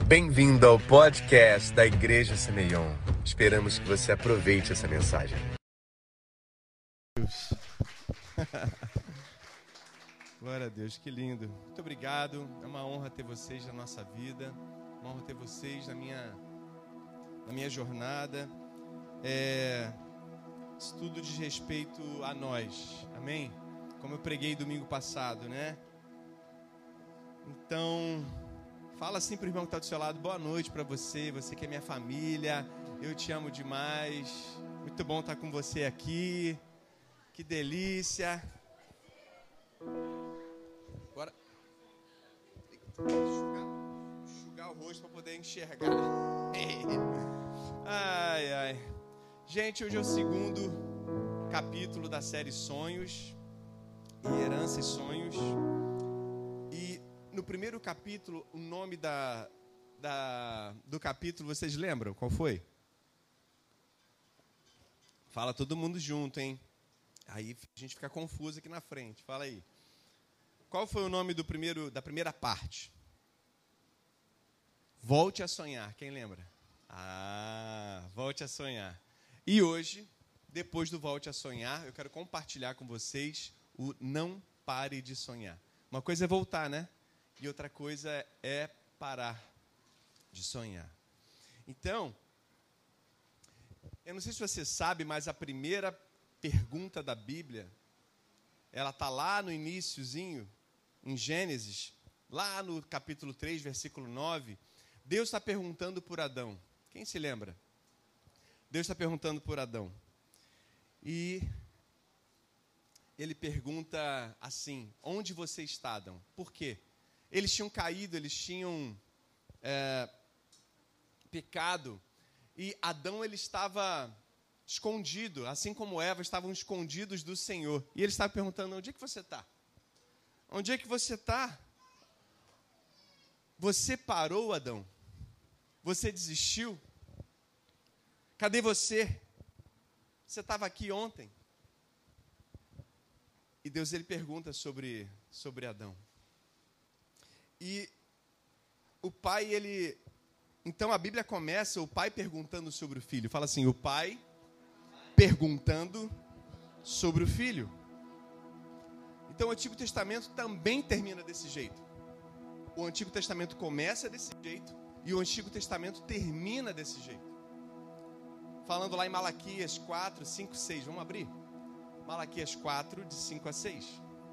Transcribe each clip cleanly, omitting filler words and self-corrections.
Bem-vindo ao podcast da Igreja Semeion. Esperamos que você aproveite essa mensagem. Glória a Deus, que lindo. Muito obrigado. É uma honra ter vocês na nossa vida. Uma honra ter vocês na minha jornada. Isso tudo diz respeito a nós. Amém? Como eu preguei domingo passado, né? Então, fala assim pro irmão que está do seu lado. Boa noite para você. Você que é minha família. Eu te amo demais. Muito bom estar com você aqui. Que delícia. Agora, enxugar o rosto para poder enxergar. Ai, ai. Gente, hoje é o segundo capítulo da série Sonhos e Herança e Sonhos. E no primeiro capítulo, o nome do capítulo, vocês lembram? Qual foi? Fala todo mundo junto, hein? Aí a gente fica confuso aqui na frente. Fala aí. Qual foi o nome da primeira parte? Volte a sonhar. Quem lembra? Volte a sonhar. E hoje, depois do Volte a Sonhar, eu quero compartilhar com vocês o Não Pare de Sonhar. Uma coisa é voltar, né? E outra coisa é parar de sonhar. Então, eu não sei se você sabe, mas a primeira pergunta da Bíblia, ela está lá no iniciozinho, em Gênesis, lá no capítulo 3, versículo 9. Deus está perguntando por Adão. Quem se lembra? Deus está perguntando por Adão. E ele pergunta assim: onde você está, Adão? Por quê? Eles tinham caído, eles tinham pecado. E Adão, ele estava escondido, assim como Eva, estavam escondidos do Senhor. E ele estava perguntando: onde é que você está? Onde é que você está? Você parou, Adão? Você desistiu? Cadê você? Você estava aqui ontem? E Deus, ele pergunta sobre Adão. E o pai, ele... Então a Bíblia começa, o pai perguntando sobre o filho. Fala assim, o pai perguntando sobre o filho. Então o Antigo Testamento também termina desse jeito. O Antigo Testamento começa desse jeito e o Antigo Testamento termina desse jeito. Falando lá em Malaquias 4, 5, 6. Vamos abrir? Malaquias 4, de 5 a 6.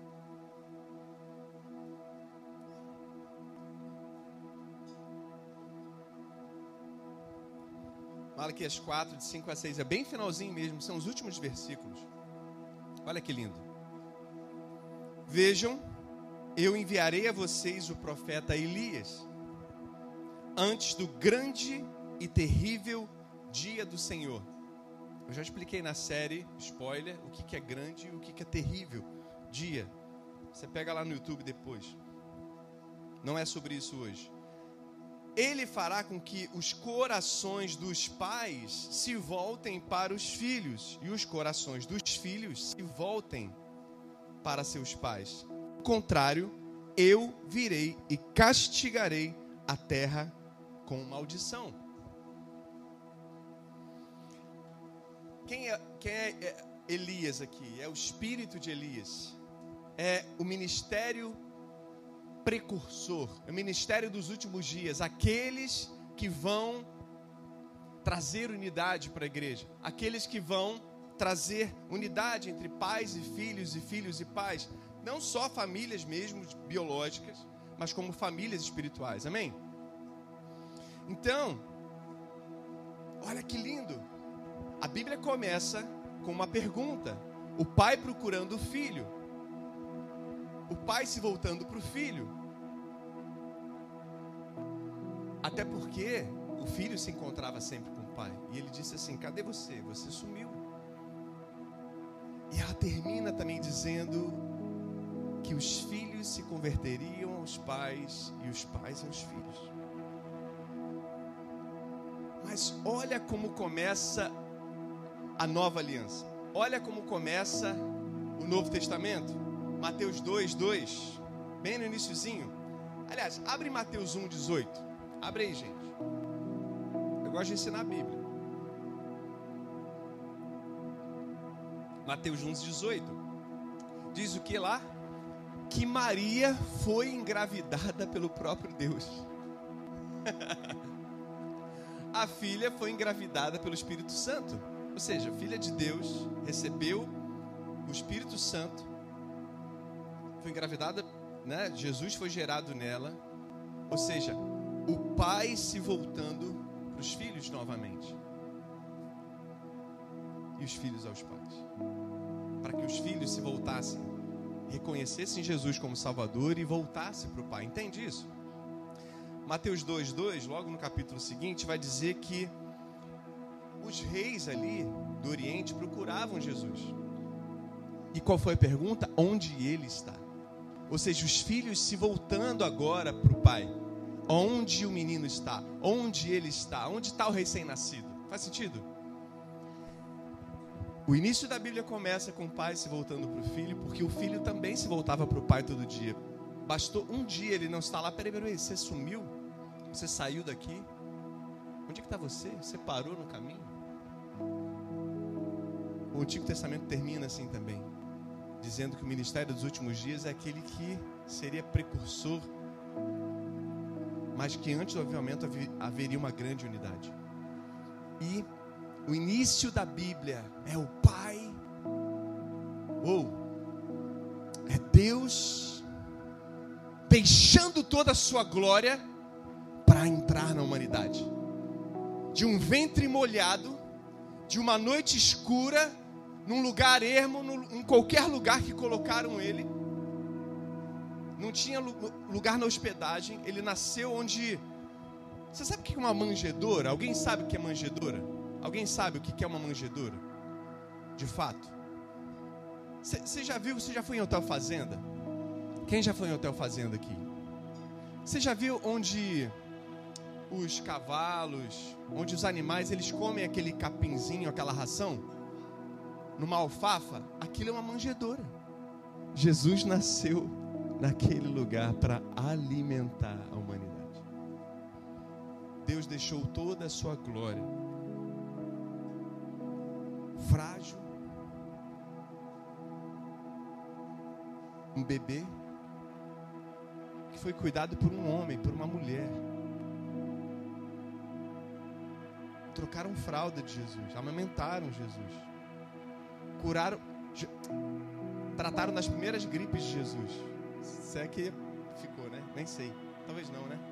Malaquias 4, de 5 a 6. É bem finalzinho mesmo, são os últimos versículos. Olha que lindo. Vejam, eu enviarei a vocês o profeta Elias, antes do grande e terrível dia do Senhor. Eu já expliquei na série, spoiler, o que é grande e o que é terrível dia. Você pega lá no YouTube depois. Não é sobre isso hoje. Ele fará com que os corações dos pais se voltem para os filhos e os corações dos filhos se voltem para seus pais. Ao contrário, eu virei e castigarei a terra com maldição. Quem é Elias aqui? É o espírito de Elias. É o ministério precursor, é o ministério dos últimos dias, aqueles que vão trazer unidade para a igreja, aqueles que vão trazer unidade entre pais e filhos e pais, não só famílias mesmo biológicas, mas como famílias espirituais, amém? Então, olha que lindo, a Bíblia começa com uma pergunta, o pai procurando o filho, o pai se voltando para o filho. Até porque o filho se encontrava sempre com o pai. E ele disse assim, cadê você? Você sumiu. E ela termina também dizendo que os filhos se converteriam aos pais e os pais aos filhos. Mas olha como começa a nova aliança. Olha como começa o Novo Testamento. Mateus 2, 2, bem no iniciozinho. Aliás, abre Mateus 1, 18. Abre aí, gente. Eu gosto de ensinar a Bíblia. Mateus 11:18. Diz o que lá? Que Maria foi engravidada pelo próprio Deus. A filha foi engravidada pelo Espírito Santo. Ou seja, a filha de Deus recebeu o Espírito Santo. Foi engravidada, né? Jesus foi gerado nela. Ou seja, o pai se voltando para os filhos novamente. E os filhos aos pais. Para que os filhos se voltassem, reconhecessem Jesus como Salvador e voltassem para o pai. Entende isso? Mateus 2:2, logo no capítulo seguinte, vai dizer que os reis ali do Oriente procuravam Jesus. E qual foi a pergunta? Onde ele está? Ou seja, os filhos se voltando agora para o pai. Onde o menino está? Onde ele está? Onde está o recém-nascido? Faz sentido? O início da Bíblia começa com o pai se voltando para o filho, porque o filho também se voltava para o pai todo dia. Bastou um dia ele não estar lá. Peraí, você sumiu? Você saiu daqui? Onde é que está você? Você parou no caminho? O Antigo Testamento termina assim também, dizendo que o ministério dos últimos dias é aquele que seria precursor, mas que antes do avivamento haveria uma grande unidade. E o início da Bíblia é o Pai, é Deus deixando toda a sua glória para entrar na humanidade. De um ventre molhado, de uma noite escura, num lugar ermo, em qualquer lugar que colocaram ele. Não tinha lugar na hospedagem. Ele nasceu onde... Você sabe o que é uma manjedoura? Alguém sabe o que é manjedoura? Alguém sabe o que é uma manjedoura? De fato. Você já viu, você já foi em hotel fazenda? Quem já foi em hotel fazenda aqui? Você já viu onde os cavalos, onde os animais, eles comem aquele capinzinho, aquela ração? Numa alfafa? Aquilo é uma manjedoura. Jesus nasceu naquele lugar para alimentar a humanidade. Deus deixou toda a sua glória, frágil, um bebê que foi cuidado por um homem, por uma mulher. Trocaram fralda de Jesus, amamentaram Jesus, curaram, trataram das primeiras gripes de Jesus. Se é que ficou, né? Nem sei, talvez não, né?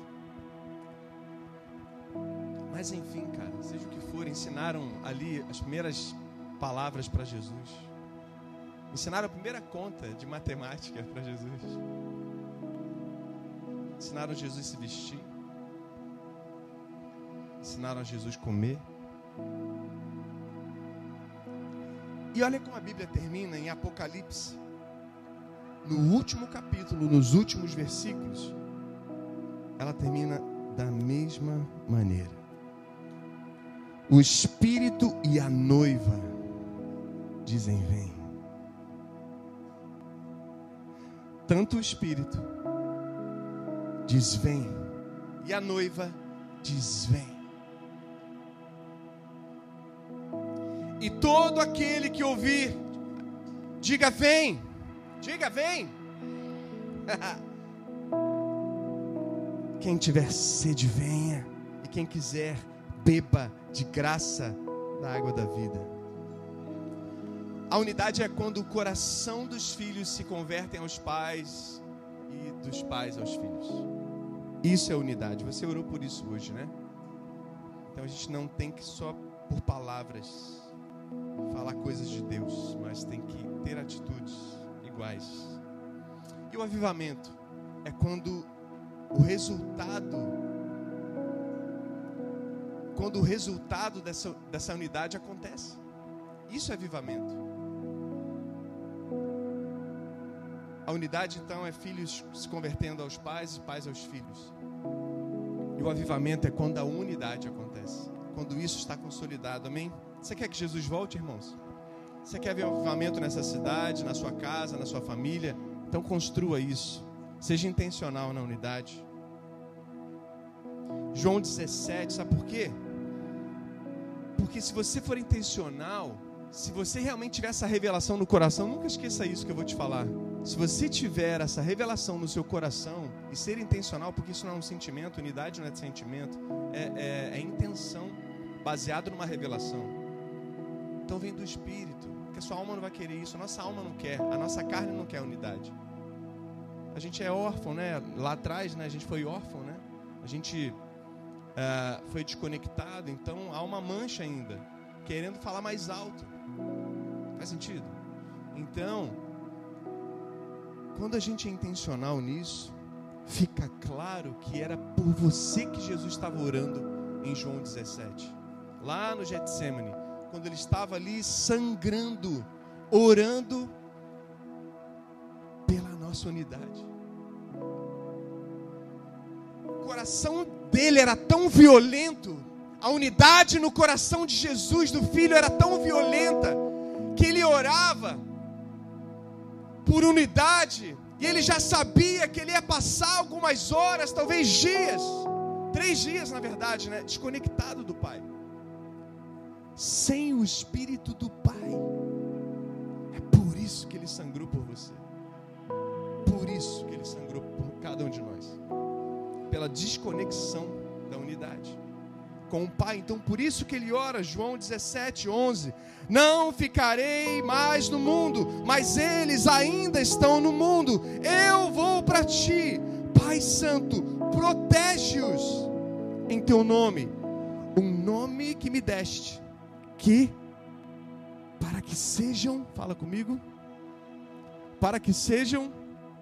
Mas enfim, cara, seja o que for, ensinaram ali as primeiras palavras para Jesus. Ensinaram a primeira conta de matemática para Jesus. Ensinaram Jesus a se vestir. Ensinaram a Jesus comer. E olha como a Bíblia termina em Apocalipse. No último capítulo, nos últimos versículos, ela termina da mesma maneira. O Espírito e a noiva dizem: vem. Tanto o Espírito diz: vem, e a noiva diz: vem. E todo aquele que ouvir, diga: vem. Diga: vem. Quem tiver sede, venha. E quem quiser, beba de graça da água da vida. A unidade é quando o coração dos filhos se convertem aos pais e dos pais aos filhos. Isso é unidade. Você orou por isso hoje, né? Então a gente não tem que só por palavras falar coisas de Deus, mas tem que ter atitudes iguais. E o avivamento é quando o resultado dessa unidade acontece. Isso é avivamento. A unidade, então, é filhos se convertendo aos pais e pais aos filhos. E o avivamento é quando a unidade acontece, quando isso está consolidado. Amém? Você quer que Jesus volte, irmãos? Você quer ver avivamento nessa cidade, na sua casa, na sua família? Então construa isso. Seja intencional na unidade. João 17, sabe por quê? Porque se você for intencional, se você realmente tiver essa revelação no coração, nunca esqueça isso que eu vou te falar. Se você tiver essa revelação no seu coração e ser intencional, porque isso não é um sentimento, unidade não é de sentimento, é intenção, baseado numa revelação. Então vem do Espírito, porque a sua alma não vai querer isso, a nossa alma não quer, a nossa carne não quer unidade. A gente é órfão, né? Lá atrás, né? A gente foi órfão, né? A gente foi desconectado, então há uma mancha ainda, querendo falar mais alto. Faz sentido? Então, quando a gente é intencional nisso, fica claro que era por você que Jesus estava orando em João 17. Lá no Getsemane, quando ele estava ali sangrando, orando pela nossa unidade. O coração dele era tão violento, a unidade no coração de Jesus, do Filho, era tão violenta, que ele orava por unidade, e ele já sabia que ele ia passar algumas horas, talvez dias, 3 dias na verdade, né, desconectado do Pai, sem o Espírito do Pai. É por isso que ele sangrou por você, por isso que ele sangrou por cada um de nós, pela desconexão da unidade com o Pai. Então por isso que ele ora, João 17:11, não ficarei mais no mundo, mas eles ainda estão no mundo, eu vou para ti, Pai Santo, protege-os em teu nome, um nome que me deste, que para que sejam, fala comigo, para que sejam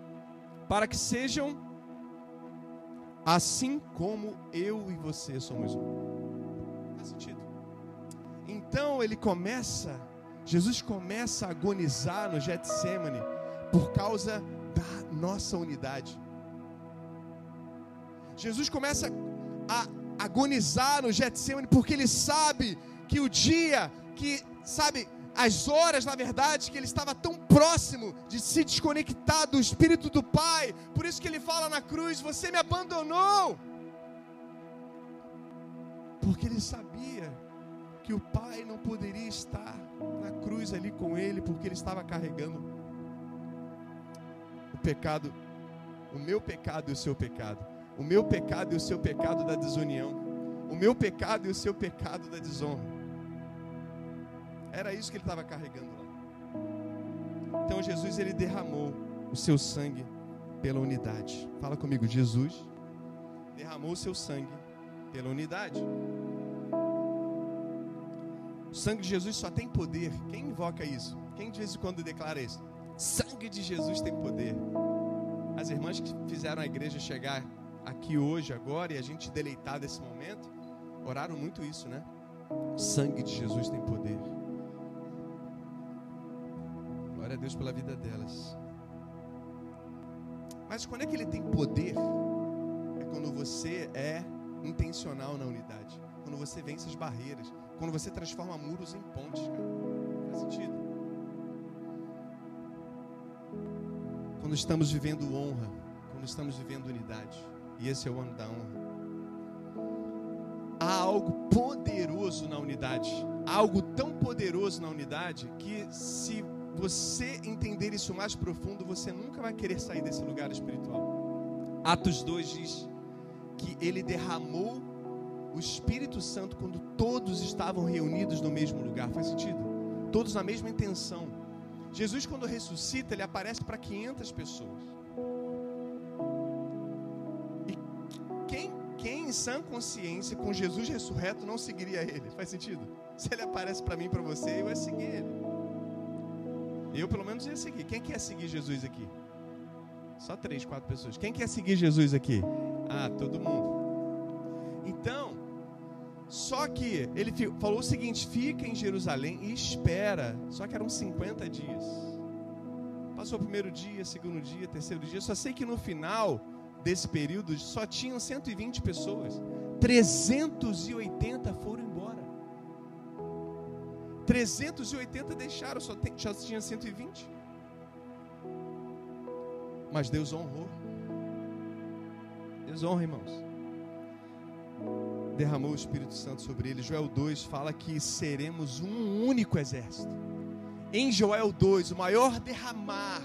assim como eu e você somos um. Faz sentido? Então Jesus começa a agonizar no Getsemane por causa da nossa unidade. Jesus começa a agonizar no Getsemane porque ele sabe que o dia, as horas, na verdade, que ele estava tão próximo de se desconectar do Espírito do Pai. Por isso que ele fala na cruz, você me abandonou. Porque ele sabia que o Pai não poderia estar na cruz ali com ele, porque ele estava carregando o pecado, o meu pecado e o seu pecado, o meu pecado e o seu pecado da desunião, o meu pecado e o seu pecado da desonra. Era isso que ele estava carregando lá. Então Jesus, ele derramou o seu sangue pela unidade. Fala comigo, Jesus derramou o seu sangue pela unidade. O sangue de Jesus só tem poder. Quem invoca isso? Quem de vez em quando declara isso? Sangue de Jesus tem poder. As irmãs que fizeram a igreja chegar aqui hoje, agora, e a gente deleitar desse momento, oraram muito isso, né? O sangue de Jesus tem poder. Glória a Deus pela vida delas. Mas quando é que ele tem poder? É quando você é intencional na unidade, quando você vence as barreiras, quando você transforma muros em pontes, cara. Faz sentido? Quando estamos vivendo honra, quando estamos vivendo unidade, e esse é o ano da honra. Há algo poderoso na unidade, há algo tão poderoso na unidade que, se você entender isso mais profundo, você nunca vai querer sair desse lugar espiritual. Atos 2 diz que ele derramou o Espírito Santo quando todos estavam reunidos no mesmo lugar. Faz sentido? Todos na mesma intenção. Jesus, quando ressuscita, ele aparece para 500 pessoas. E quem em sã consciência com Jesus ressurreto não seguiria ele? Faz sentido? Se ele aparece para mim e para você, eu ia seguir ele. Eu pelo menos ia seguir. Quem quer seguir Jesus aqui? Só 3, 4 pessoas. Quem quer seguir Jesus aqui? Ah, todo mundo. Então, só que ele falou o seguinte: fica em Jerusalém e espera. Só que eram 50 dias. Passou o primeiro dia, segundo dia, terceiro dia. Só sei que no final desse período só tinham 120 pessoas. 380 foram embora. 380 deixaram, só tinha 120. Mas Deus honrou. Deus honra, irmãos. derramou o Espírito Santo sobre ele. Joel 2 fala que seremos um único exército. Em Joel 2, o maior derramar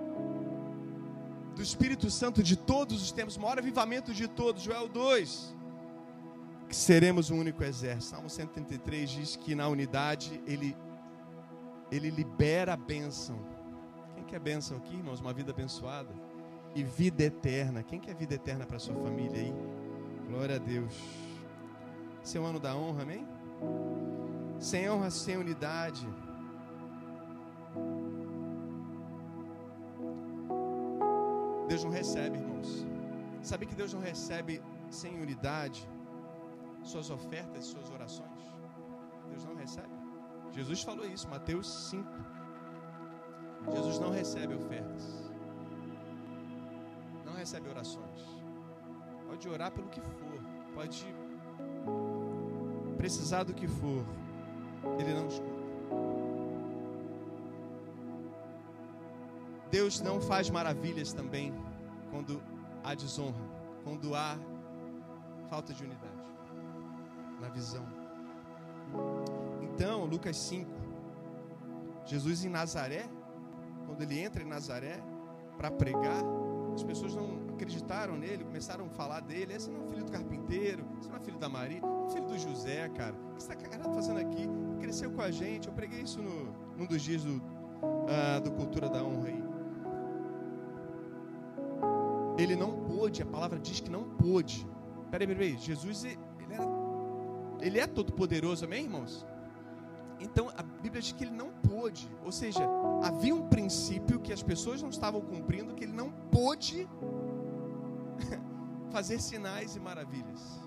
do Espírito Santo de todos os tempos, o maior avivamento de todos, Joel 2, que seremos um único exército. Salmo 133 diz que na unidade ele libera a bênção. Quem quer bênção aqui, irmãos? Uma vida abençoada e vida eterna. Quem quer vida eterna para sua família aí? Glória a Deus. Esse é o ano da honra, amém? Sem honra, sem unidade. Deus não recebe, irmãos. Sabe que Deus não recebe sem unidade suas ofertas e suas orações? Deus não recebe. Jesus falou isso, Mateus 5. Jesus não recebe ofertas. Não recebe orações. Pode orar pelo que for. Pode precisar do que for. Ele não escuta. Deus não faz maravilhas também quando há desonra, quando há falta de unidade na visão. Então, Lucas 5, Jesus em Nazaré, quando ele entra em Nazaré para pregar, as pessoas não acreditaram nele, começaram a falar dele. Esse não é o filho do carpinteiro, esse não é filho da Maria, é o filho do José, cara. O que você está fazendo aqui? Cresceu com a gente. Eu preguei isso num dos dias do Cultura da Honra aí. Ele não pôde, a palavra diz que não pôde. Peraí, Jesus, ele é todo poderoso, amém, irmãos? Então, a Bíblia diz que ele não pôde, ou seja, havia um princípio que as pessoas não estavam cumprindo, que ele não pôde fazer sinais e maravilhas.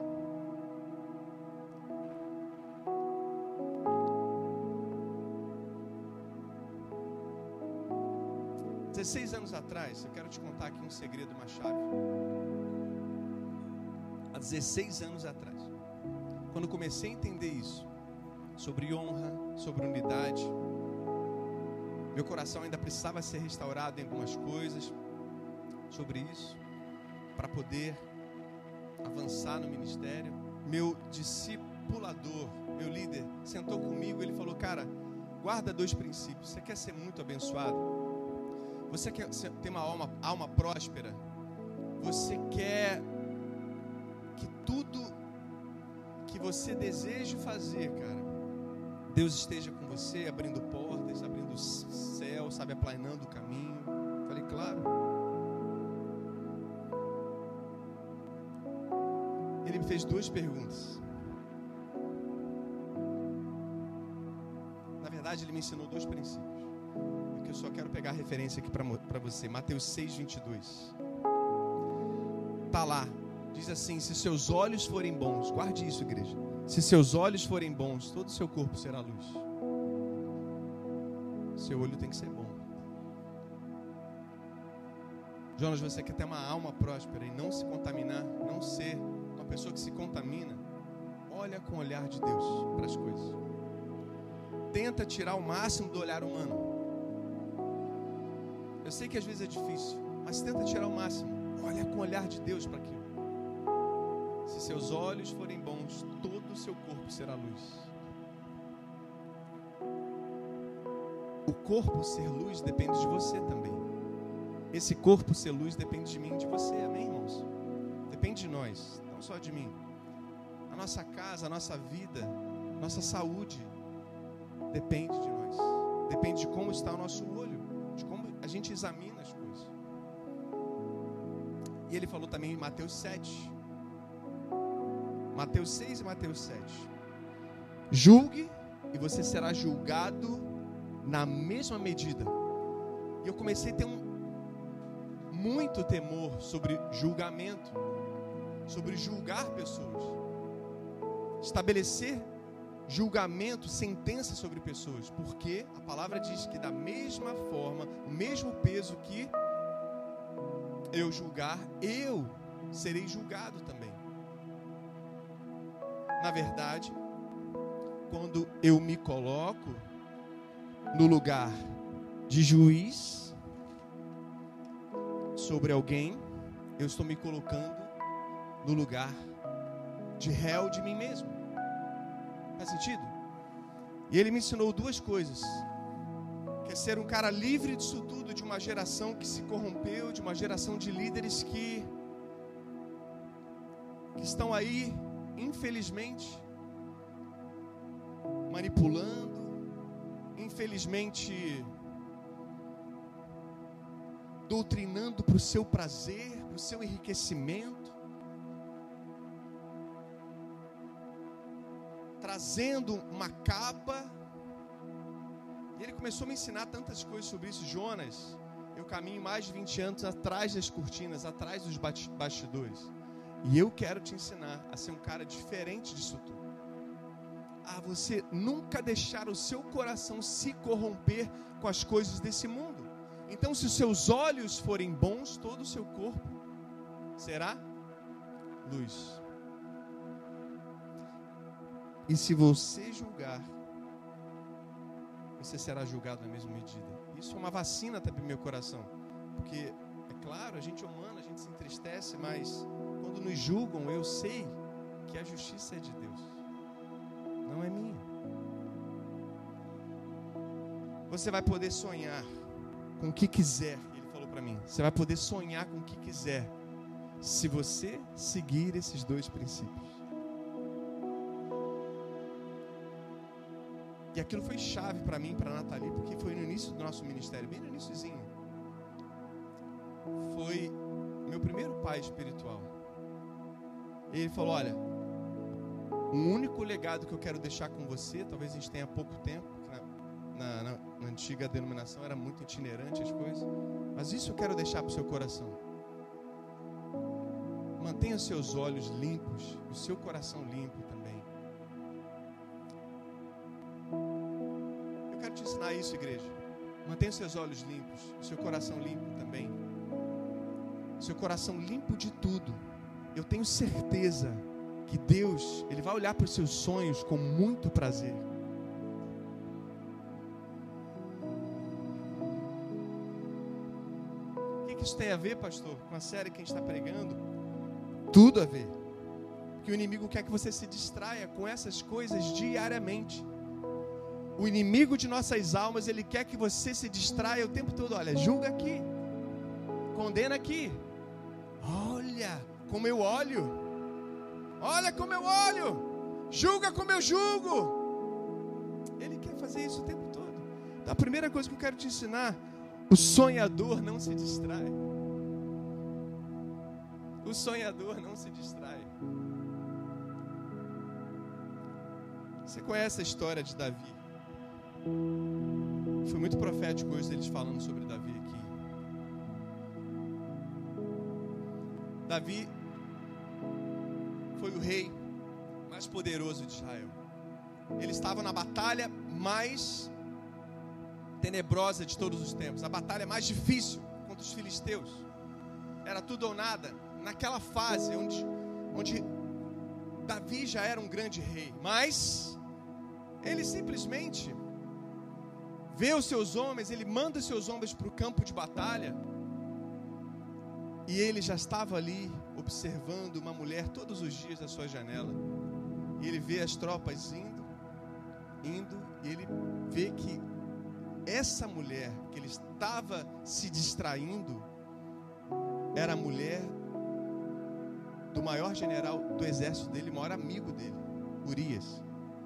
Há 16 anos atrás, eu quero te contar aqui um segredo, uma chave. Há 16 anos atrás, quando comecei a entender isso, sobre honra, sobre unidade, meu coração ainda precisava ser restaurado em algumas coisas, sobre isso, para poder avançar no ministério. Meu discipulador, meu líder, sentou comigo e ele falou: cara, guarda 2 princípios. Você quer ser muito abençoado? Você quer ter uma alma próspera? Você quer que tudo que você deseja fazer, cara, Deus esteja com você, abrindo portas, abrindo o céu, sabe, aplanando o caminho? Falei, claro. Ele me fez 2 perguntas. Na verdade, ele me ensinou 2 princípios. Eu só quero pegar a referência aqui para você. Mateus 6, 22. Está lá. Diz assim: se seus olhos forem bons, guarde isso, igreja. Se seus olhos forem bons, todo o seu corpo será luz. Seu olho tem que ser bom. Jonas, você quer ter uma alma próspera e não se contaminar, não ser uma pessoa que se contamina? Olha com o olhar de Deus para as coisas. Tenta tirar o máximo do olhar humano. Eu sei que às vezes é difícil, mas tenta tirar o máximo. Olha com o olhar de Deus para aquilo. Se seus olhos forem bons, todo o seu corpo será luz. O corpo ser luz depende de você também. Esse corpo ser luz depende de mim e de você, amém, irmãos? Depende de nós, não só de mim. A nossa casa, a nossa vida, nossa saúde depende de nós. Depende de como está o nosso olho, de como a gente examina as coisas. E ele falou também em Mateus 7. Mateus 6 e Mateus 7. Julgue e você será julgado na mesma medida. E eu comecei a ter muito temor sobre julgamento, sobre julgar pessoas, estabelecer julgamento, sentença sobre pessoas, porque a palavra diz que da mesma forma, o mesmo peso que eu julgar, eu serei julgado também. Na verdade, quando eu me coloco no lugar de juiz sobre alguém, eu estou me colocando no lugar de réu de mim mesmo. Faz sentido? E ele me ensinou duas coisas. Que é ser um cara livre disso tudo, de uma geração que se corrompeu, de uma geração de líderes que estão aí, infelizmente, manipulando, infelizmente, doutrinando para o seu prazer, para o seu enriquecimento, trazendo uma capa. E ele começou a me ensinar tantas coisas sobre isso. Jonas, eu caminho mais de 20 anos atrás das cortinas, atrás dos bastidores. E eu quero te ensinar a ser um cara diferente disso tudo. A você nunca deixar o seu coração se corromper com as coisas desse mundo. Então, se os seus olhos forem bons, todo o seu corpo será luz. E se você julgar, você será julgado na mesma medida. Isso é uma vacina até para o meu coração. Porque, é claro, a gente é humano, a gente se entristece, mas quando nos julgam, eu sei que a justiça é de Deus, não é minha. Você vai poder sonhar com o que quiser. Ele falou para mim, você vai poder sonhar com o que quiser, se você seguir esses dois princípios. E aquilo foi chave para mim, para a Nathalie, porque foi no início do nosso ministério, bem no iniciozinho. Foi meu primeiro pai espiritual. Ele falou, olha, o único legado que eu quero deixar com você, talvez a gente tenha pouco tempo, na antiga denominação era muito itinerante as coisas, mas isso eu quero deixar para o seu coração. Mantenha os seus olhos limpos, o seu coração limpo também. Eu quero te ensinar isso, igreja. Mantenha os seus olhos limpos, o seu coração limpo também. Seu coração limpo de tudo. Eu tenho certeza que Deus, Ele vai olhar para os seus sonhos com muito prazer. O que isso tem a ver, pastor, com a série que a gente está pregando? Tudo a ver. Porque o inimigo quer que você se distraia com essas coisas diariamente. O inimigo de nossas almas, ele quer que você se distraia o tempo todo. Olha, julga aqui, condena aqui. Olha como eu olho. Olha como eu olho. Julga como eu julgo. Ele quer fazer isso o tempo todo. Então, a primeira coisa que eu quero te ensinar: o sonhador não se distrai. O sonhador não se distrai. Você conhece a história de Davi? Foi muito profético hoje eles falando sobre Davi aqui. Davi foi o rei mais poderoso de Israel. Ele estava na batalha mais tenebrosa de todos os tempos, a batalha mais difícil contra os filisteus. Era tudo ou nada. Naquela fase onde Davi já era um grande rei, mas ele simplesmente vê os seus homens, ele manda os seus homens para o campo de batalha, e ele já estava ali observando uma mulher todos os dias da sua janela, e ele vê as tropas indo, e ele vê que essa mulher que ele estava se distraindo era a mulher do maior general do exército dele, o maior amigo dele, Urias.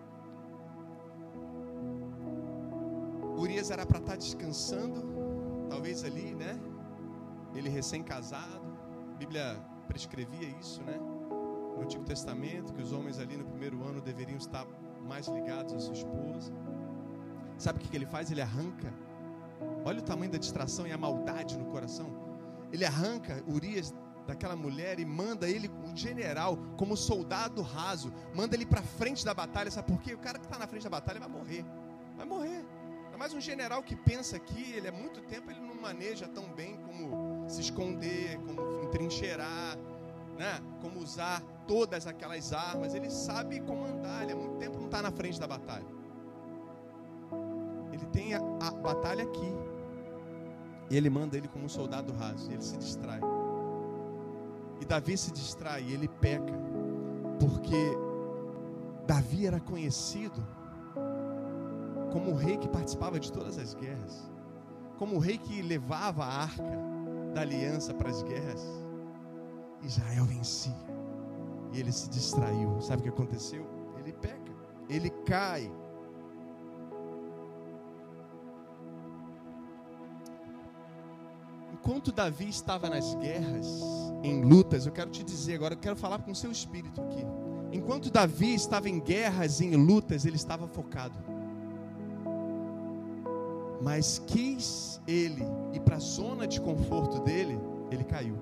Urias era para estar descansando, talvez ali, né? Ele recém-casado, a Bíblia prescrevia isso, né? No Antigo Testamento, que os homens ali no primeiro ano deveriam estar mais ligados à sua esposa. Sabe o que ele faz? Ele arranca. Olha o tamanho da distração e a maldade no coração. Ele arranca Urias daquela mulher e manda ele, um general, como soldado raso, manda ele para frente da batalha. Sabe por quê? O cara que está na frente da batalha vai morrer. Vai morrer. Ainda mais um general que pensa que ele há muito tempo ele não maneja tão bem como se esconder, como entrincheirar, né? Como usar todas aquelas armas. Ele sabe comandar, ele há muito tempo não está na frente da batalha. Ele tem a batalha aqui. E ele manda ele como um soldado raso. E ele se distrai. E Davi se distrai, e ele peca. Porque Davi era conhecido como o rei que participava de todas as guerras, como o rei que levava a arca da aliança para as guerras. Israel vencia e ele se distraiu. Sabe o que aconteceu? Ele peca, ele cai. Enquanto Davi estava nas guerras, em lutas, eu quero te dizer agora, eu quero falar com o seu espírito aqui. Enquanto Davi estava em guerras, em lutas, ele estava focado. Mas quis ele ir para a zona de conforto dele, ele caiu.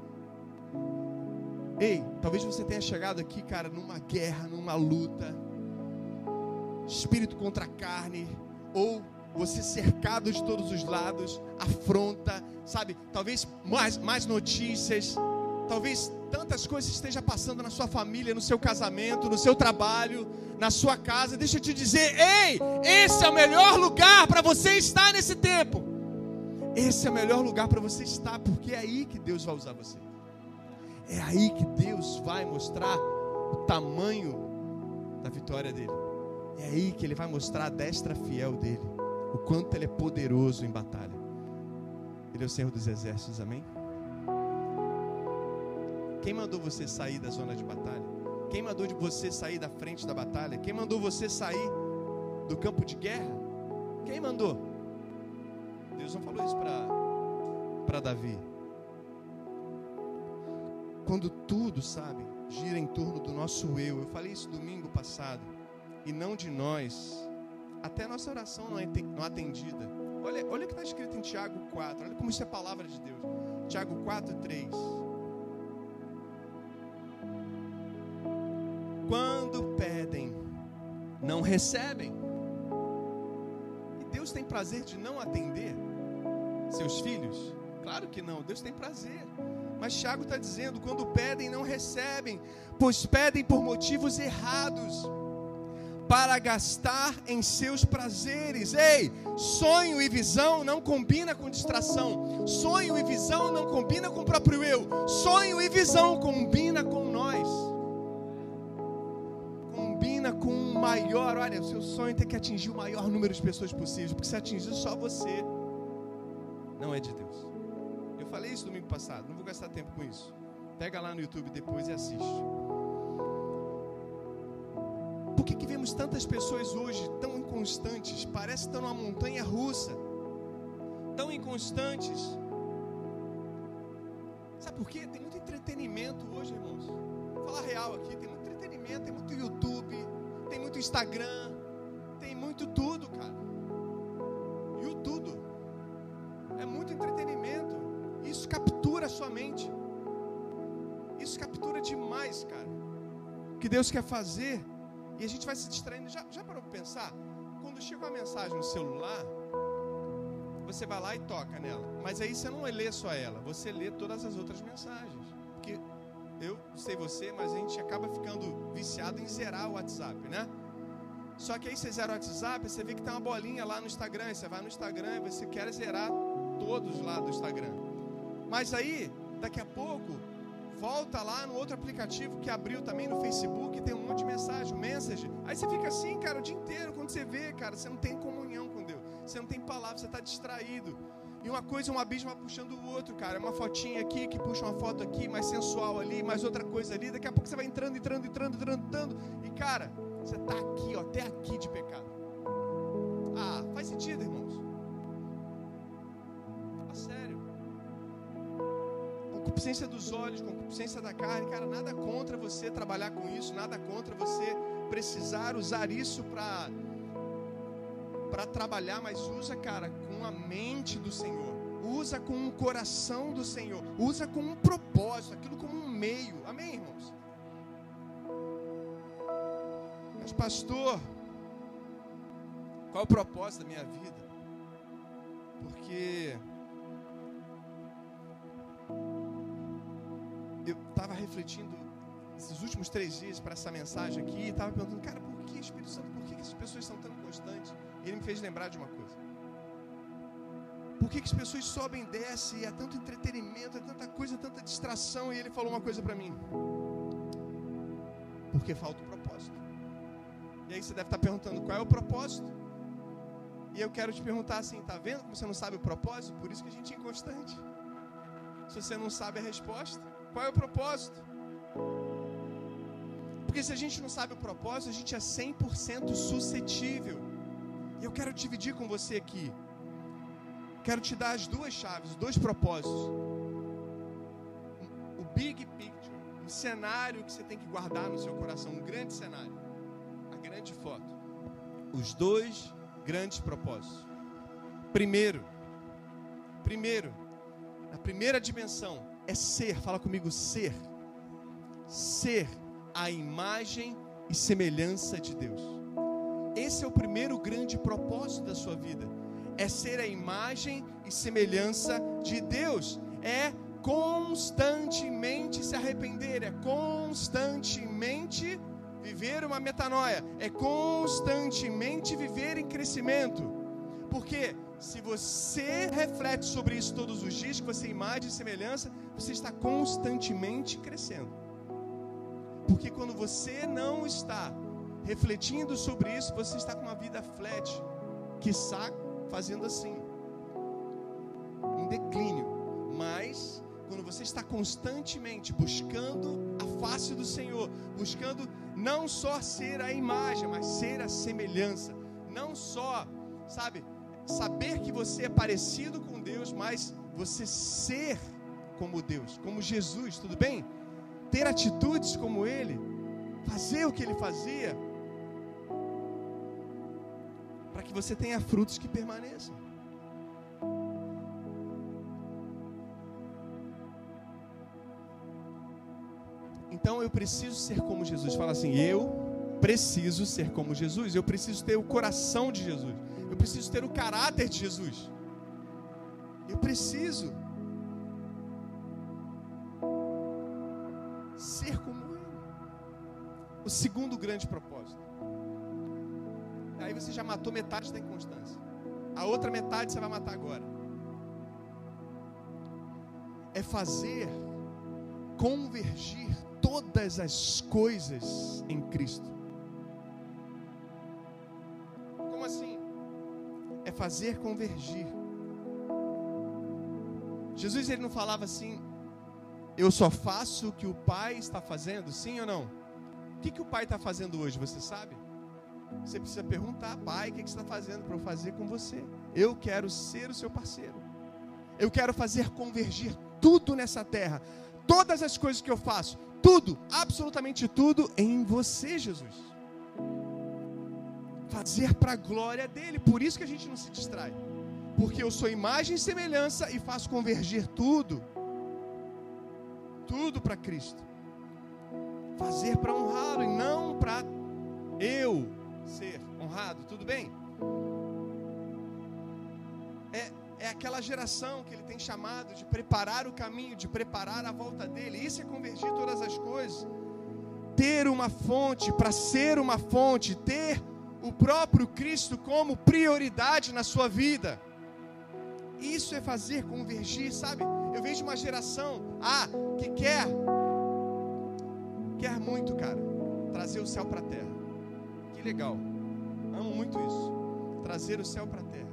Ei, talvez você tenha chegado aqui, cara, numa guerra, numa luta, espírito contra a carne, ou você cercado de todos os lados, afronta, sabe, talvez mais notícias, talvez tantas coisas estejam passando na sua família, no seu casamento, no seu trabalho, na sua casa. Deixa eu te dizer, ei, esse é o melhor lugar para você estar nesse tempo. Esse é o melhor lugar para você estar, porque é aí que Deus vai usar você. É aí que Deus vai mostrar o tamanho da vitória dele. É aí que ele vai mostrar a destra fiel dele, o quanto ele é poderoso em batalha. Ele é o Senhor dos exércitos, amém? Quem mandou você sair da zona de batalha? Quem mandou você sair da frente da batalha? Quem mandou você sair do campo de guerra? Quem mandou? Deus não falou isso para Davi. Quando tudo, sabe, gira em torno do nosso eu falei isso domingo passado, e não de nós, até a nossa oração não é atendida. Olha o que está escrito em Tiago 4, olha como isso é palavra de Deus. Tiago 4:3. Quando pedem, não recebem. E Deus tem prazer de não atender seus filhos? Claro que não, Deus tem prazer. Mas Tiago está dizendo, quando pedem, não recebem, pois pedem por motivos errados, para gastar em seus prazeres. Ei, sonho e visão não combina com distração. Sonho e visão não combina com o próprio eu. Sonho e visão combina com nós. Combina com o maior. Olha, o seu sonho tem que atingir o maior número de pessoas possível, porque se atingir só você, não é de Deus. Eu falei isso domingo passado, não vou gastar tempo com isso. Pega lá no YouTube depois e assiste. Por que vemos tantas pessoas hoje tão inconstantes? Parece que estão numa montanha russa, tão inconstantes. Sabe por quê? Tem muito entretenimento hoje, irmãos. Vou falar real aqui, tem muito entretenimento, tem muito YouTube, tem muito Instagram, tem muito tudo, cara. tudo. É muito entretenimento. Isso captura a sua mente. Isso captura demais, cara. O que Deus quer fazer. E a gente vai se distraindo. Já parou para pensar? Quando chega uma mensagem no celular, você vai lá e toca nela. Mas aí você não lê só ela, você lê todas as outras mensagens. Porque eu sei você, mas a gente acaba ficando viciado em zerar o WhatsApp, né? Só que aí você zera o WhatsApp, você vê que tem uma bolinha lá no Instagram. Você vai no Instagram e você quer zerar todos lá do Instagram. Mas aí, daqui a pouco, volta lá no outro aplicativo que abriu também no Facebook, tem um monte de mensagem, message. Aí você fica assim, cara, o dia inteiro. Quando você vê, cara, você não tem comunhão com Deus. Você não tem palavra, você está distraído. E uma coisa, um abismo vai puxando o outro, cara. É uma fotinha aqui, que puxa uma foto aqui, mais sensual ali, mais outra coisa ali. Daqui a pouco você vai entrando. E, cara, você está aqui, ó, até aqui de pecado. Ah, faz sentido, irmãos? Fala sério. Concupiscência dos olhos, concupiscência da carne. Cara, nada contra você trabalhar com isso. Nada contra você precisar usar isso para trabalhar, mas usa, cara, com a mente do Senhor, usa com o coração do Senhor, usa com um propósito, aquilo como um meio, amém, irmãos? Mas pastor, qual é o propósito da minha vida? Porque eu estava refletindo esses últimos 3 dias para essa mensagem aqui, e estava perguntando, cara, por que, Espírito Santo, por que essas pessoas são tão constantes? E ele me fez lembrar de uma coisa. Por que as pessoas sobem e descem? É tanto entretenimento, é tanta coisa, tanta distração. E ele falou uma coisa para mim. Porque falta o propósito. E aí você deve estar perguntando, qual é o propósito? E eu quero te perguntar assim, tá vendo como você não sabe o propósito? Por isso que a gente é inconstante. Se você não sabe a resposta, qual é o propósito? Porque se a gente não sabe o propósito, a gente é 100% suscetível. E eu quero dividir com você aqui. Quero te dar as duas chaves, os dois propósitos. O big picture, o cenário que você tem que guardar no seu coração, um grande cenário, a grande foto. Os dois grandes propósitos. Primeiro, a primeira dimensão é ser, fala comigo, ser a imagem e semelhança de Deus. Esse é o primeiro grande propósito da sua vida, é ser a imagem e semelhança de Deus, é constantemente se arrepender, é constantemente viver uma metanoia, é constantemente viver em crescimento, porque se você reflete sobre isso todos os dias, que você é imagem e semelhança, você está constantemente crescendo. Porque quando você não está refletindo sobre isso, você está com uma vida flat, quiçá fazendo assim, em declínio. Mas quando você está constantemente buscando a face do Senhor, buscando não só ser a imagem, mas ser a semelhança, não só, saber que você é parecido com Deus, mas você ser como Deus, como Jesus, tudo bem? Ter atitudes como Ele, fazer o que Ele fazia, para que você tenha frutos que permaneçam. Então eu preciso ser como Jesus. Fala assim, eu preciso ser como Jesus. Eu preciso ter o coração de Jesus. Eu preciso ter o caráter de Jesus. Eu preciso ser como Ele. O segundo grande propósito. Aí você já matou metade da inconstância. A outra metade você vai matar agora. É fazer convergir todas as coisas em Cristo. Como assim? É fazer convergir. Jesus, ele não falava assim, eu só faço o que o Pai está fazendo, sim ou não? O que o Pai está fazendo hoje, você sabe? Você precisa perguntar, Pai, o que você está fazendo para eu fazer com você? Eu quero ser o seu parceiro. Eu quero fazer convergir tudo nessa terra, todas as coisas que eu faço, tudo, absolutamente tudo em você, Jesus. Fazer para a glória dele. Por isso que a gente não se distrai, porque eu sou imagem e semelhança e faço convergir tudo para Cristo. Fazer para honrá-lo e não para eu ser honrado, tudo bem? É aquela geração que ele tem chamado de preparar o caminho, de preparar a volta dele. Isso é convergir todas as coisas. Ter uma fonte, para ser uma fonte, ter o próprio Cristo como prioridade na sua vida. Isso é fazer convergir, sabe? Eu vejo uma geração, que quer muito, cara, trazer o céu para a terra. Que legal, amo muito isso, trazer o céu para a terra.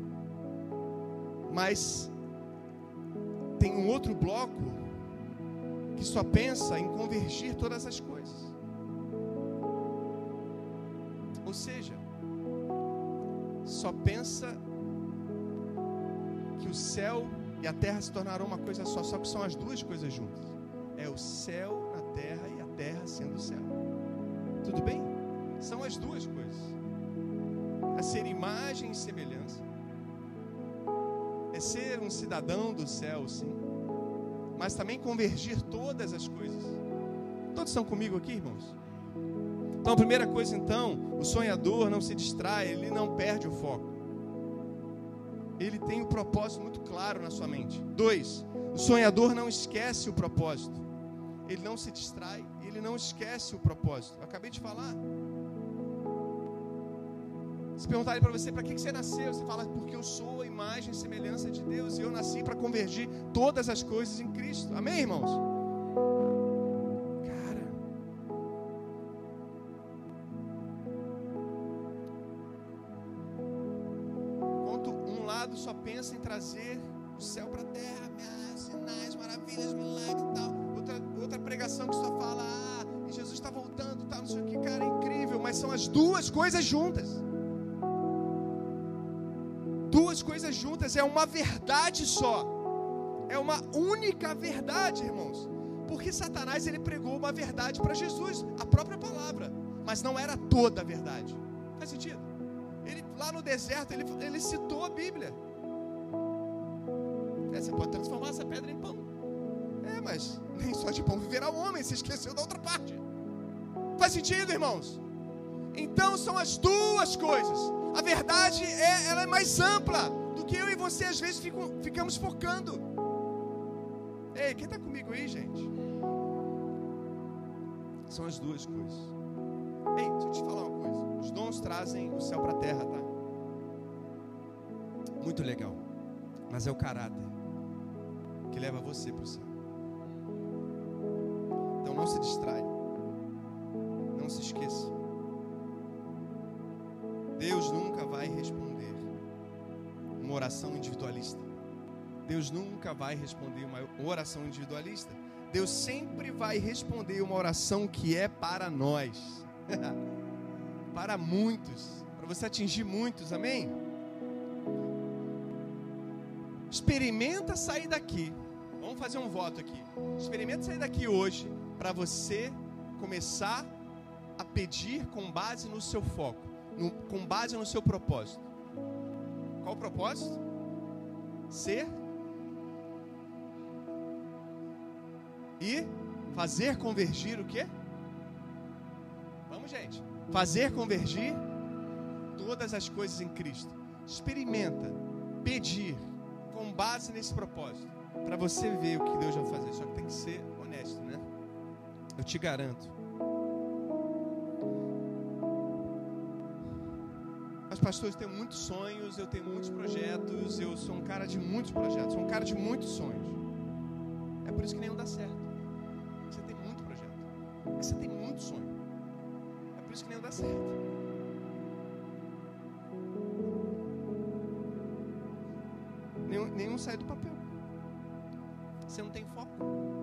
Mas tem um outro bloco que só pensa em convergir todas as coisas. Ou seja, só pensa que o céu e a terra se tornarão uma coisa só que são as duas coisas juntas. É o céu na terra e a terra sendo o céu. Tudo bem? São as duas coisas. É ser imagem e semelhança. É ser um cidadão do céu, sim. Mas também convergir todas as coisas. Todos estão comigo aqui, irmãos? Então, a primeira coisa, o sonhador não se distrai, ele não perde o foco. Ele tem um propósito muito claro na sua mente. 2, o sonhador não esquece o propósito. Ele não se distrai, ele não esquece o propósito. Eu acabei de falar. Se perguntarem para você, para que você nasceu? Você fala, porque eu sou a imagem e semelhança de Deus. E eu nasci para convergir todas as coisas em Cristo. Amém, irmãos? Cara, lado só pensa em trazer o céu para a terra, sinais, maravilhas, milagres e tal. Outra pregação que só fala, e Jesus está voltando, tal, não sei o que, cara, é incrível. Mas são as duas coisas juntas. Duas coisas juntas, é uma verdade só. É uma única verdade, irmãos. Porque Satanás, ele pregou uma verdade para Jesus, a própria palavra, mas não era toda a verdade. Faz sentido? Ele, lá no deserto, ele citou a Bíblia. Você pode transformar essa pedra em pão. Mas nem só de pão viverá o homem. Se esqueceu da outra parte. Faz sentido, irmãos? Então são as duas coisas. A verdade ela é mais ampla do que eu e você às vezes ficamos focando. Ei, quem está comigo aí, gente? São as duas coisas. Ei, deixa eu te falar uma coisa. Os dons trazem o céu para a terra, tá? Muito legal. Mas é o caráter que leva você para o céu. Então não se distrai. Não se esqueça. Deus nunca vai responder uma oração individualista. Deus nunca vai responder uma oração individualista. Deus sempre vai responder uma oração que é para nós. Para muitos. Para você atingir muitos, amém? Experimenta sair daqui. Vamos fazer um voto aqui. Experimenta sair daqui hoje para você começar a pedir com base no seu foco, com base no seu propósito. Qual o propósito? Ser e fazer convergir o quê? Vamos, gente. Fazer convergir todas as coisas em Cristo. Experimenta pedir com base nesse propósito, para você ver o que Deus vai fazer. Só que tem que ser honesto, né? Eu te garanto. Mas pastores, eu tenho muitos sonhos, eu tenho muitos projetos, eu sou um cara de muitos projetos, sou um cara de muitos sonhos. É por isso que nenhum dá certo. Você tem muito projeto, você tem muito sonho. É por isso que nenhum dá certo. Nenhum sai do papel. Você não tem foco.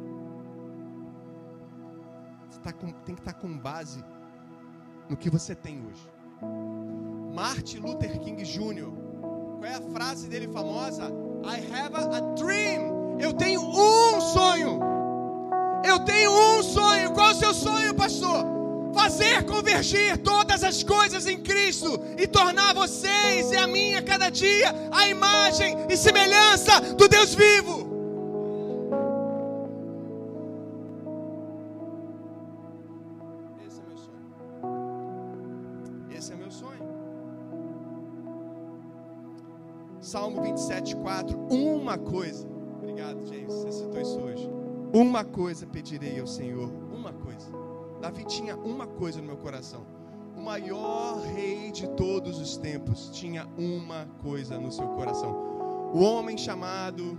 Você tem que estar com base no que você tem hoje. Martin Luther King Jr. Qual é a frase dele famosa? I have a dream. Eu tenho um sonho. Eu tenho um sonho. Qual é o seu sonho, pastor? Fazer convergir todas as coisas em Cristo e tornar vocês e a mim a cada dia a imagem e semelhança do Deus vivo. Esse é meu sonho. Esse é meu sonho. Salmo 27:4. Uma coisa. Obrigado, James. Você citou isso hoje. Uma coisa pedirei ao Senhor. Uma coisa. Davi tinha uma coisa no meu coração. O maior rei de todos os tempos tinha uma coisa no seu coração. O homem chamado,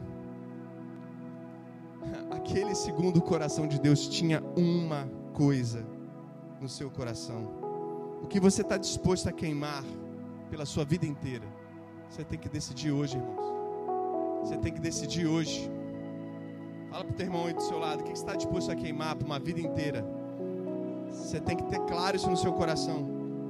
aquele segundo coração de Deus, tinha uma coisa no seu coração. O que você está disposto a queimar pela sua vida inteira? Você tem que decidir hoje, irmãos. Você tem que decidir hoje. Fala para o teu irmão aí do seu lado. O que você está disposto a queimar por uma vida inteira? Você tem que ter claro isso no seu coração.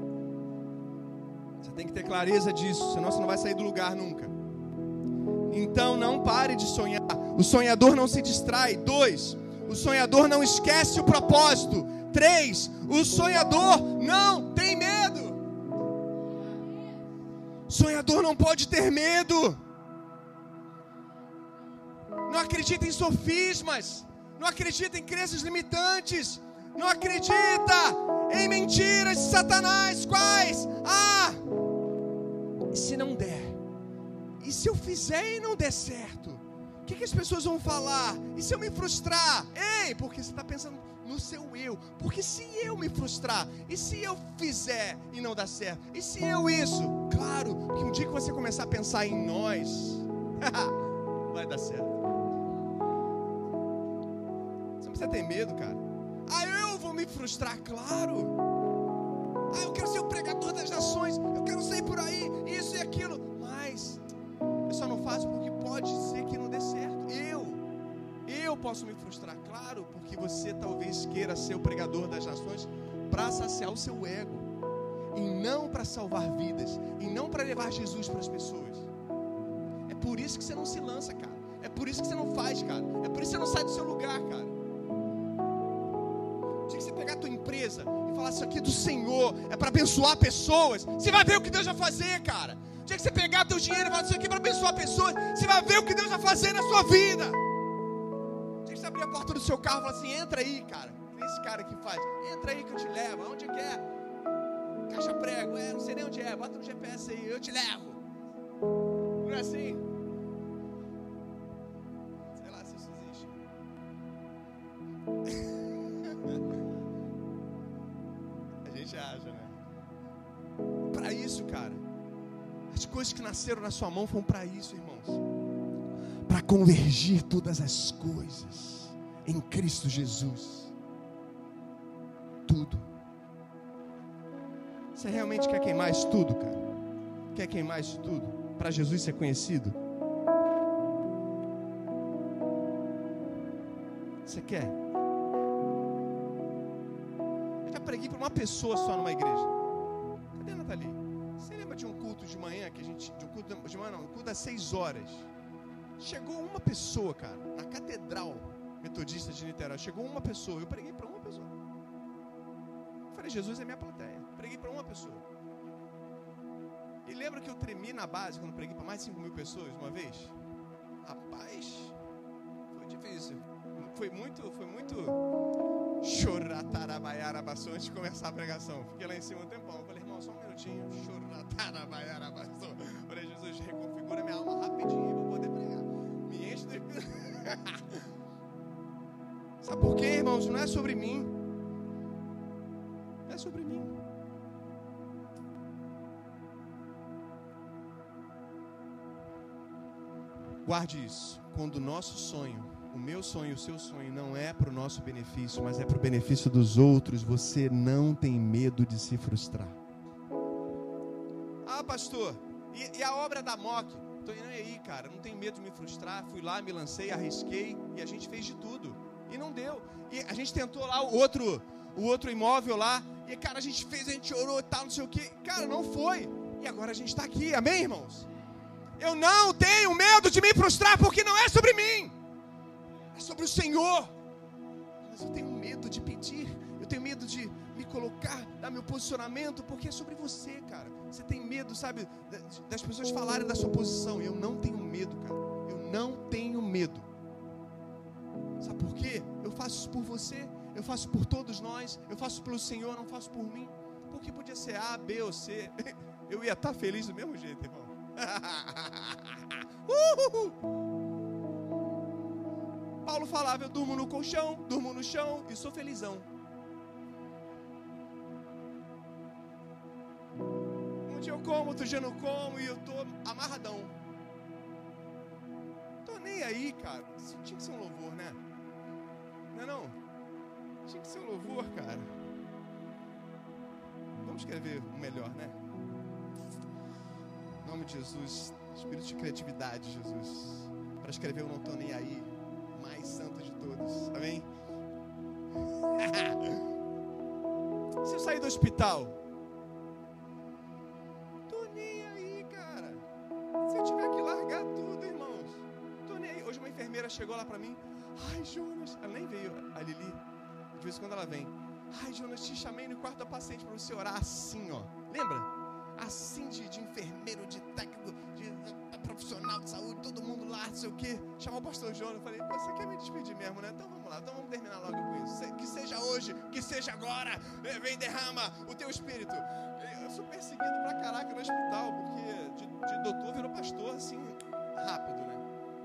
Você tem que ter clareza disso, senão você não vai sair do lugar nunca. Então não pare de sonhar. O sonhador não se distrai. 2, o sonhador não esquece o propósito. 3, o sonhador não tem medo. O sonhador não pode ter medo. Não acredita em sofismas. Não acredita em crenças limitantes. Não acredita em mentiras de Satanás. Quais? E se não der? E se eu fizer e não der certo? O que as pessoas vão falar? E se eu me frustrar? Ei, porque você está pensando no seu eu. Porque se eu me frustrar? E se eu fizer e não dar certo? E se eu isso? Claro, que um dia que você começar a pensar em nós, vai dar certo. Você não precisa ter medo, cara. Eu vou me frustrar, claro. Eu quero ser o pregador das nações. Eu quero sair por aí, isso e aquilo. Mas só não faço porque pode ser que não dê certo. Eu posso me frustrar, claro, porque você talvez queira ser o pregador das nações para saciar o seu ego, e não para salvar vidas, e não para levar Jesus para as pessoas. É por isso que você não se lança, cara. É por isso que você não faz, cara. É por isso que você não sai do seu lugar, cara. Tinha que você pegar a tua empresa e falar: isso aqui é do Senhor, é para abençoar pessoas. Você vai ver o que Deus vai fazer, cara. Tinha que você pegar teu dinheiro e falar: isso aqui é para abençoar pessoas. Você vai ver o que Deus vai fazer na sua vida. Tinha que você abrir a porta do seu carro e falar assim: entra aí, cara. Esse cara que faz, entra aí que eu te levo. Aonde quer? Caixa prego, não sei nem onde é. Bota no GPS aí, eu te levo. Não é assim? Sei lá se isso existe. A gente acha, né? Para isso, cara. As coisas que nasceram na sua mão foram para isso, irmãos. Para convergir todas as coisas em Cristo Jesus. Tudo. Você realmente quer queimar isso tudo, cara? Quer queimar isso tudo? Para Jesus ser conhecido? Você quer? Eu já preguei para uma pessoa só numa igreja. Cadê a Nathalie? Você lembra de um culto de manhã que a gente... De um culto de manhã não, um culto das 6 horas. Chegou uma pessoa, cara, na Catedral Metodista de Niterói. Chegou uma pessoa. Eu preguei para uma pessoa. Falei: Jesus é minha plateia. Preguei para uma pessoa. E lembra que eu tremi na base quando preguei para mais de 5.000 pessoas uma vez? Rapaz, foi difícil. Foi muito choratarabaiarabaçou antes de começar a pregação. Fiquei lá em cima um tempão. Eu falei: irmão, só um minutinho. Choratarabaiarabaçou. Falei: Jesus, reconfigura minha alma rapidinho para poder pregar. Me enche de... Sabe por quê, irmãos? Não é sobre mim. É sobre mim. Guarde isso. Quando o nosso sonho, o meu sonho, o seu sonho, não é para o nosso benefício, mas é para o benefício dos outros, você não tem medo de se frustrar. Ah, pastor, e a obra da MOC? Estou indo aí, cara, não tenho medo de me frustrar. Fui lá, me lancei, arrisquei, e a gente fez de tudo. E não deu. E a gente tentou lá o outro imóvel lá, e cara, a gente fez, a gente orou e tal, não sei o que, cara, não foi, e agora a gente está aqui, amém, irmãos? Eu não tenho medo de me frustrar, porque não é sobre mim, é sobre o Senhor. Mas eu tenho medo de pedir, eu tenho medo de me colocar, dar meu posicionamento, porque é sobre você, cara. Você tem medo, sabe, das pessoas falarem da sua posição. Eu não tenho medo, cara, eu não tenho medo. Sabe por quê? Eu faço isso por você, eu faço por todos nós, eu faço pelo Senhor, não faço por mim. Porque podia ser A, B ou C. Eu ia estar feliz do mesmo jeito, irmão. Paulo falava: eu durmo no colchão, durmo no chão e sou felizão. Um dia eu como, outro dia eu não como e eu tô amarradão. Tô nem aí, cara. Isso tinha que ser um louvor, né? Não é não? Tinha que ser um louvor, cara. Vamos escrever o melhor, né? Em nome de Jesus, espírito de criatividade, Jesus, para escrever o não tô nem aí, mais santo de todos, amém? Se eu sair do hospital, tô nem aí, cara. Se eu tiver que largar tudo, irmãos, tô nem aí. Hoje uma enfermeira chegou lá para mim: ai, Jonas, ela nem veio, a Lili, de vez em quando ela vem. Ai, Jonas, te chamei no quarto da paciente para você orar assim, ó. Lembra? Assim de enfermeiro, de técnico, de profissional de saúde, todo mundo lá, não sei o quê. Chamou o pastor Jonas, eu falei: pô, você quer me despedir mesmo, né? Então vamos lá, então vamos terminar logo com isso. Que seja hoje, que seja agora, vem, derrama o teu espírito. Eu sou perseguido pra caraca no hospital, porque de doutor virou pastor, assim, rápido, né?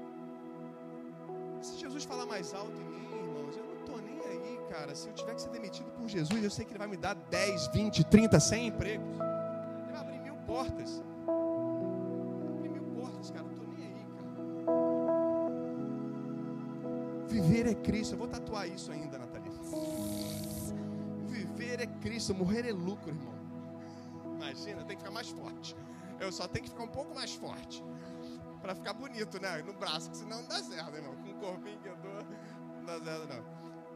Se Jesus falar mais alto em mim, irmãos, eu não tô nem aí, cara. Se eu tiver que ser demitido por Jesus, eu sei que Ele vai me dar 10, 20, 30, 100 empregos. Ele vai abrir 1000 portas. Abrir 1000 portas, cara. Não tô nem aí, cara. Viver é Cristo. Eu vou tatuar isso ainda, Nathalie. Viver é Cristo. Morrer é lucro, irmão. Imagina, tem que ficar mais forte. Eu só tenho que ficar um pouco mais forte Para ficar bonito, né? No braço, que senão não dá certo, irmão. Com um corpinho que eu dou, não dá certo, não.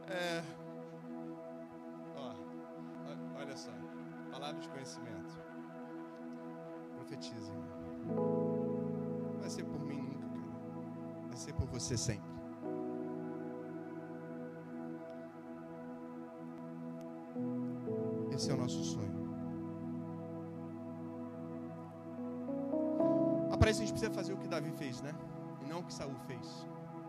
Olha só. Palavra de conhecimento. Profetiza, irmão. Não vai ser por mim nunca, cara. Vai ser por você sempre. Esse é o nosso sonho. Para isso a gente precisa fazer o que Davi fez, né? E não o que Saul fez.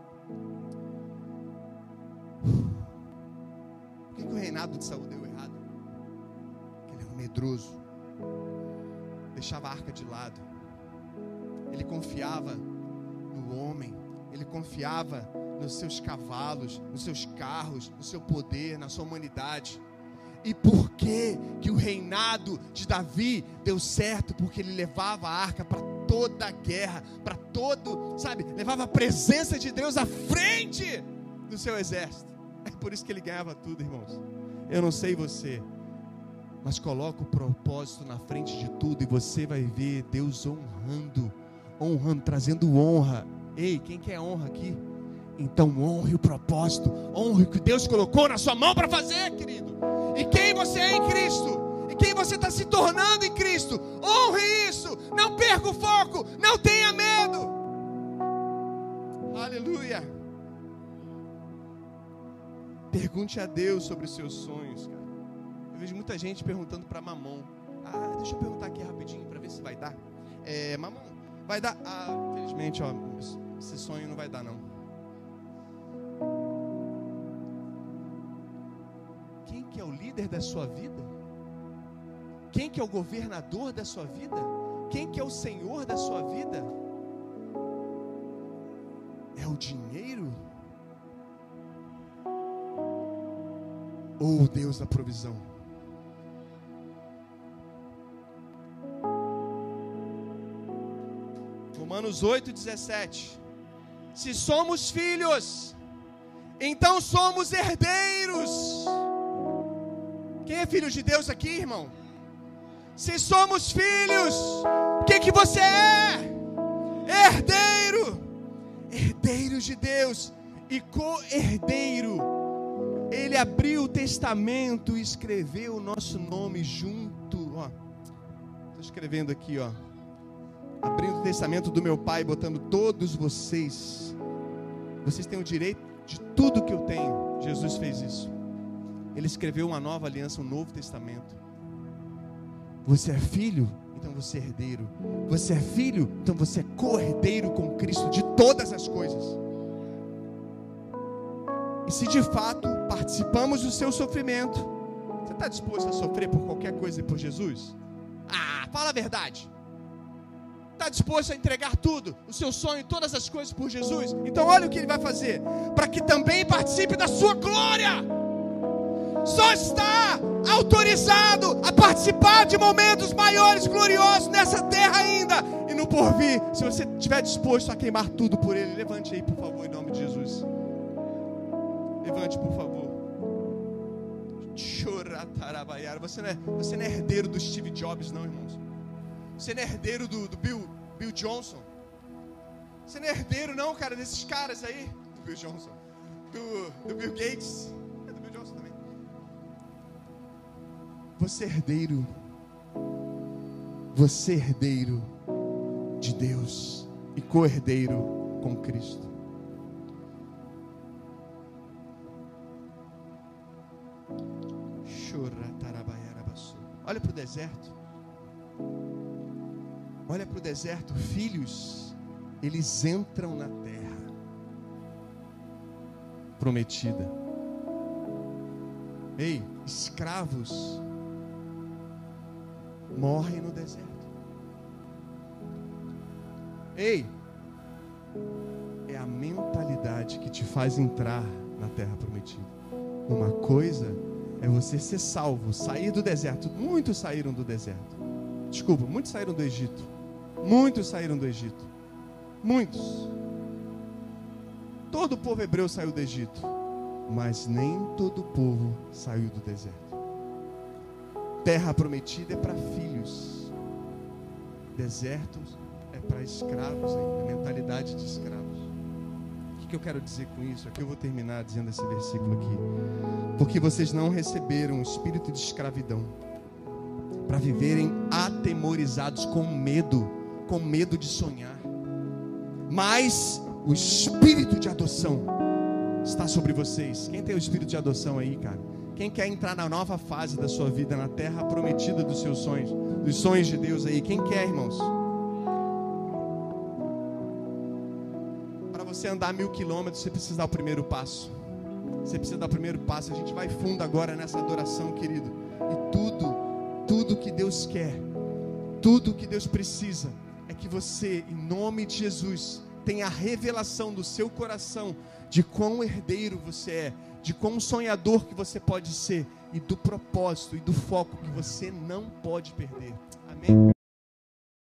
Por que o reinado de Saul deu errado? Porque ele era um medroso. Deixava a arca de lado. Ele confiava no homem. Ele confiava nos seus cavalos, nos seus carros, no seu poder, na sua humanidade. E por que o reinado de Davi deu certo? Porque ele levava a arca para toda a guerra, para todo, sabe, levava a presença de Deus à frente do seu exército. É por isso que ele ganhava tudo, irmãos. Eu não sei você, mas coloca o propósito na frente de tudo e você vai ver Deus honrando, trazendo honra. Ei, quem quer honra aqui? Então honre o propósito, honre o que Deus colocou na sua mão para fazer, querido. E quem você é em Cristo, e quem você está se tornando em Cristo, honre isso, não perca o foco, não tenha medo. Aleluia. Pergunte a Deus sobre os seus sonhos, cara. Eu vejo muita gente perguntando para Mamon. Deixa eu perguntar aqui rapidinho para ver se vai dar. Mamon, vai dar? Infelizmente, esse sonho não vai dar não. Quem que é o líder da sua vida? Quem que é o governador da sua vida? Quem que é o Senhor da sua vida? É o dinheiro? Ou o Deus da provisão? Romanos 8:17. Se somos filhos, então somos herdeiros. Quem é filho de Deus aqui, irmão? Se somos filhos, o que você é? Herdeiro. Herdeiros de Deus e co-herdeiro. Ele abriu o testamento e escreveu o nosso nome junto. Estou escrevendo aqui, abrindo o testamento do meu pai, botando todos vocês. Vocês têm o direito de tudo que eu tenho. Jesus fez isso. Ele escreveu uma nova aliança, um novo testamento. Você é filho, então você é herdeiro. Você é filho, então você é co-herdeiro com Cristo de todas as coisas. E se de fato participamos do seu sofrimento, você está disposto a sofrer por qualquer coisa e por Jesus? Fala a verdade. Está disposto a entregar tudo, o seu sonho, todas as coisas por Jesus? Então olha o que Ele vai fazer, para que também participe da sua glória. Só está autorizado a participar de momentos maiores, gloriosos nessa terra ainda e no porvir, se você estiver disposto a queimar tudo por Ele. Levante aí, por favor, em nome de Jesus. Levante, por favor. Você não é herdeiro do Steve Jobs, não, irmãos. Você não é herdeiro do Bill Johnson. Você não é herdeiro, não, cara, desses caras aí. Do Bill Johnson. Do Bill Gates. Do Bill Johnson também. Você é herdeiro. Você é herdeiro de Deus e co-herdeiro com Cristo. Olha para o deserto. Olha para o deserto. Filhos, eles entram na terra prometida. Ei, escravos morrem no deserto. Ei, é a mentalidade que te faz entrar na terra prometida. Uma coisa é você ser salvo, sair do deserto. Muitos saíram do deserto. Desculpa, muitos saíram do Egito. Muitos saíram do Egito. Muitos. Todo o povo hebreu saiu do Egito, mas nem todo o povo saiu do deserto. Terra prometida é para filhos. Desertos é para escravos ainda, mentalidade de escravos. O que eu quero dizer com isso? Aqui eu vou terminar dizendo esse versículo aqui. Porque vocês não receberam o espírito de escravidão para viverem atemorizados com medo de sonhar. Mas o espírito de adoção está sobre vocês. Quem tem o espírito de adoção aí, cara? Quem quer entrar na nova fase da sua vida, na terra prometida dos seus sonhos, dos sonhos de Deus aí? Quem quer, irmãos? Para você andar 1000 quilômetros, você precisa dar o primeiro passo. Você precisa dar o primeiro passo. A gente vai fundo agora nessa adoração, querido. E tudo que Deus quer, tudo que Deus precisa, é que você, em nome de Jesus, tenha a revelação do seu coração de quão herdeiro você é, de quão sonhador que você pode ser, e do propósito e do foco que você não pode perder. Amém?